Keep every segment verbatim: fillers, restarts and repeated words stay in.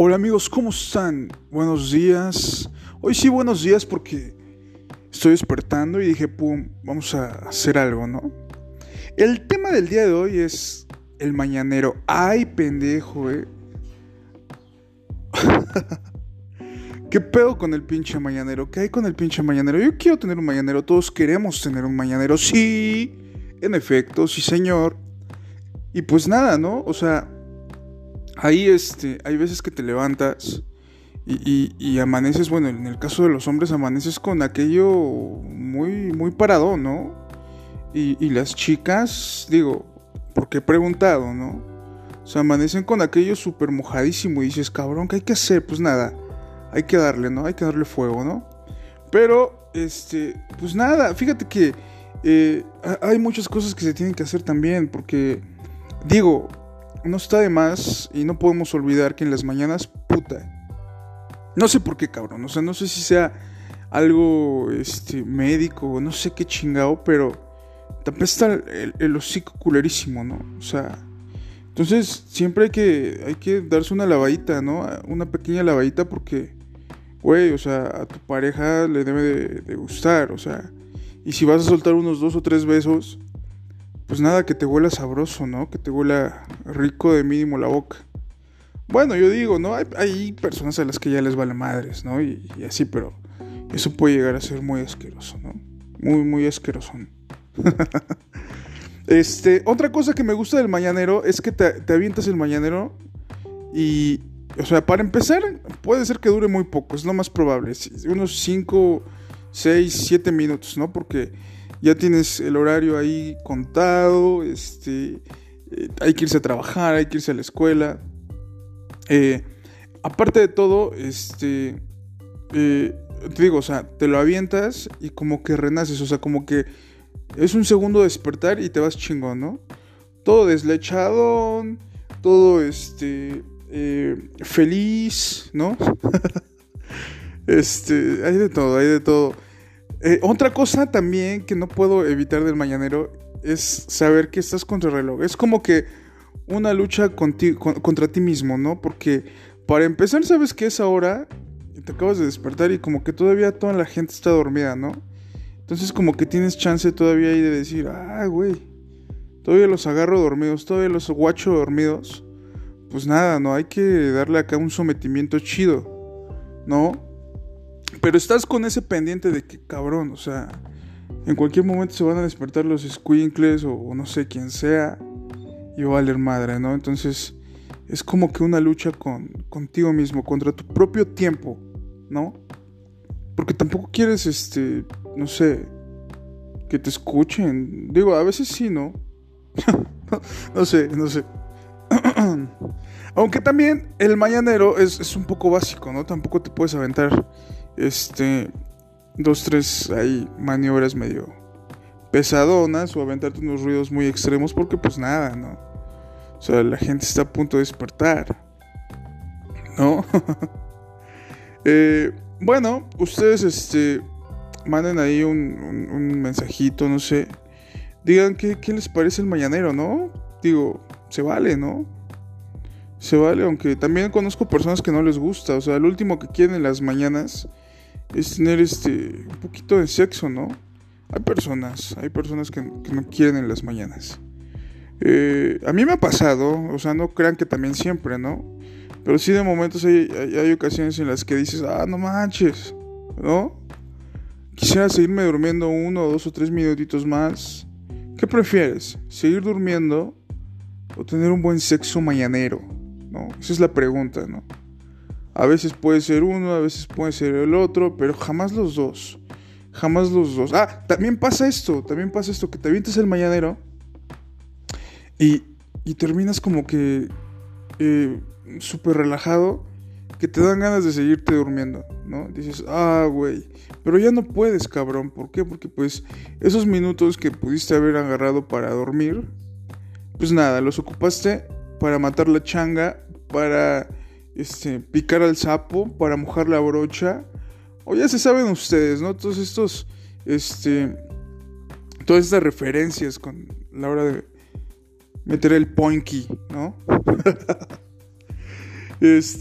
Hola amigos, ¿cómo están? Buenos días. Hoy sí, buenos días porque estoy despertando y dije, pum, vamos a hacer algo, ¿no? El tema del día de hoy es el mañanero. Ay, pendejo, eh. ¿Qué pedo con el pinche mañanero? ¿Qué hay con el pinche mañanero? Yo quiero tener un mañanero, todos queremos tener un mañanero. Sí, en efecto, sí señor. Y pues nada, ¿no? O sea, ahí este, hay veces que te levantas y, y, y amaneces, bueno, en el caso de los hombres amaneces con aquello muy, muy parado, ¿no? Y, y las chicas, digo, porque he preguntado, ¿no? O sea, amanecen con aquello súper mojadísimo y dices, cabrón, ¿qué hay que hacer? Pues nada, hay que darle, ¿no? Hay que darle fuego, ¿no? Pero, este, pues nada, fíjate que eh, hay muchas cosas que se tienen que hacer también, porque, digo, no está de más y no podemos olvidar que en las mañanas, puta, no sé por qué, cabrón, o sea, no sé si sea algo, este, médico, no sé qué chingado, pero te apesta el, el, el hocico culerísimo, ¿no? O sea, entonces siempre hay que, hay que darse una lavadita, ¿no? Una pequeña lavadita porque, güey, o sea, a tu pareja le debe de, de gustar, o sea, y si vas a soltar unos dos o tres besos, pues nada, que te huela sabroso, ¿no? Que te huela rico de mínimo la boca. Bueno, yo digo, ¿no? Hay, hay personas a las que ya les vale madres, ¿no? Y, y así, pero eso puede llegar a ser muy asqueroso, ¿no? Muy, muy asqueroso. Este, otra cosa que me gusta del mañanero es que te, te avientas el mañanero y, o sea, para empezar, puede ser que dure muy poco, es lo más probable, unos cinco, seis, siete minutos, ¿no? Porque ya tienes el horario ahí contado, este, eh, hay que irse a trabajar, hay que irse a la escuela. Eh, aparte de todo, este, eh, te digo, o sea, te lo avientas y como que renaces, o sea, como que es un segundo despertar y te vas chingón, ¿no? Todo deslechado, todo, este, eh, feliz, ¿no? este, hay de todo, hay de todo. Eh, otra cosa también que no puedo evitar del mañanero es saber que estás contra el reloj. Es como que una lucha conti- con, contra ti mismo, ¿no? Porque para empezar sabes que es ahora y te acabas de despertar y como que todavía toda la gente está dormida, ¿no? Entonces como que tienes chance todavía ahí de decir, ah, güey, todavía los agarro dormidos, todavía los guacho dormidos. Pues nada, no hay que darle acá un sometimiento chido, ¿no? Pero estás con ese pendiente de que, cabrón, o sea, en cualquier momento se van a despertar los squinkles o, o no sé quién sea y va a valer madre, ¿no? Entonces es como que una lucha con, contigo mismo, contra tu propio tiempo, ¿no? Porque tampoco quieres, este, no sé, que te escuchen. Digo, a veces sí, ¿no? no sé, no sé. Aunque también el mañanero es, es un poco básico, ¿no? Tampoco te puedes aventar este dos, tres ahí maniobras medio pesadonas o aventarte unos ruidos muy extremos porque pues nada, ¿no? O sea, la gente está a punto de despertar, ¿no? eh, bueno, ustedes este manden ahí un, un, un mensajito, no sé. Digan qué, qué les parece el mañanero, ¿no? Digo, se vale, ¿no? Se vale, aunque también conozco personas que no les gusta. O sea, lo último que quieren en las mañanas es tener este un poquito de sexo, ¿no? Hay personas, hay personas que, que no quieren en las mañanas. Eh, a mí me ha pasado, o sea, no crean que también siempre, ¿no? Pero sí de momentos hay, hay, hay ocasiones en las que dices, ah, no manches, ¿no? Quisiera seguirme durmiendo uno, dos o tres minutitos más. ¿Qué prefieres? ¿Seguir durmiendo o tener un buen sexo mañanero? ¿No? Esa es la pregunta, ¿no? A veces puede ser uno, a veces puede ser el otro, pero jamás los dos. Jamás los dos. Ah, también pasa esto, también pasa esto, que te avientas el mañanero y, y terminas como que eh, súper relajado, que te dan ganas de seguirte durmiendo, ¿no? Dices, ah, güey, pero ya no puedes, cabrón. ¿Por qué? Porque pues esos minutos que pudiste haber agarrado para dormir, pues nada, los ocupaste para matar la changa, para este, picar al sapo, para mojar la brocha. O ya se saben ustedes, ¿no? Todos estos, este, todas estas referencias con la hora de meter el poinky, ¿no? este,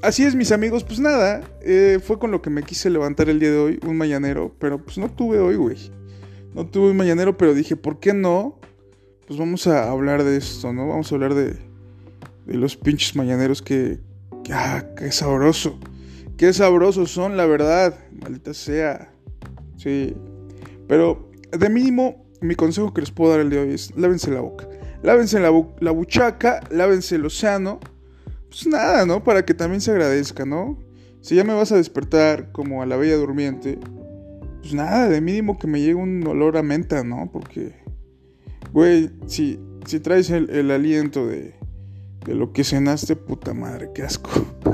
así es, mis amigos, pues nada, eh, fue con lo que me quise levantar el día de hoy, un mañanero, pero pues no tuve hoy, güey. No tuve un mañanero, pero dije, ¿por qué no? Pues vamos a hablar de esto, ¿no? Vamos a hablar de, de los pinches mañaneros que, que... ¡Ah, qué sabroso! ¡Qué sabrosos son, la verdad! Maldita sea. Sí. Pero, de mínimo, mi consejo que les puedo dar el día de hoy es, lávense la boca. Lávense la, bu- la buchaca, lávense el océano. Pues nada, ¿no? Para que también se agradezca, ¿no? Si ya me vas a despertar como a la bella durmiente, pues nada, de mínimo que me llegue un olor a menta, ¿no? Porque, güey, si, si traes el, el aliento de, de lo que cenaste, puta madre, qué asco.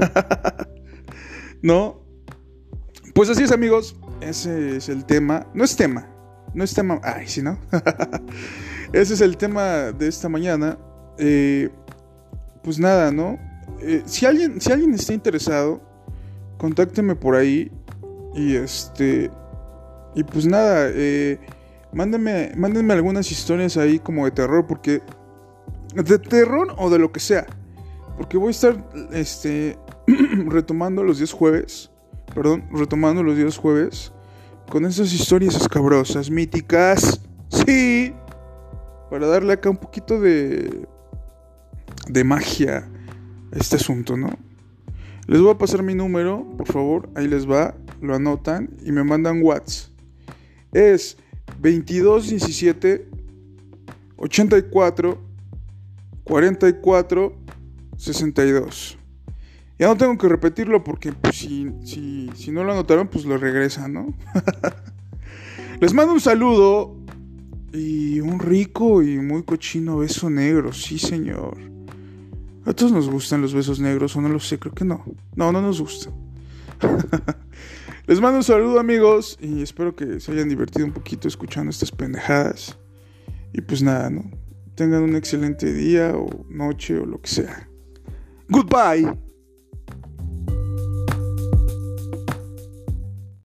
¿No? Pues así es, amigos. Ese es el tema. No es tema. No es tema. Ay, sí, ¿no? Ese es el tema de esta mañana. Eh, pues nada, ¿no? Eh, si alguien, si alguien está interesado, contácteme por ahí. Y este. Y pues nada, eh, mándenme, mándenme algunas historias ahí como de terror. Porque. De terror o de lo que sea. Porque voy a estar este, retomando los días jueves. Perdón, retomando los días jueves. Con esas historias escabrosas, míticas. Sí. Para darle acá un poquito de. De magia a este asunto, ¿no? Les voy a pasar mi número, por favor. Ahí les va. Lo anotan y me mandan WhatsApp. Es veintidós diecisiete ochenta y cuatro cuarenta y cuatro sesenta y dos. Ya no tengo que repetirlo porque pues, si, si, si no lo anotaron, pues lo regresan, ¿no? Les mando un saludo y un rico y muy cochino beso negro, sí señor. ¿A todos nos gustan los besos negros o no lo sé? Creo que no. No, no nos gustan. Les mando un saludo, amigos, y espero que se hayan divertido un poquito escuchando estas pendejadas. Y pues nada, ¿no? Tengan un excelente día o noche o lo que sea. Goodbye.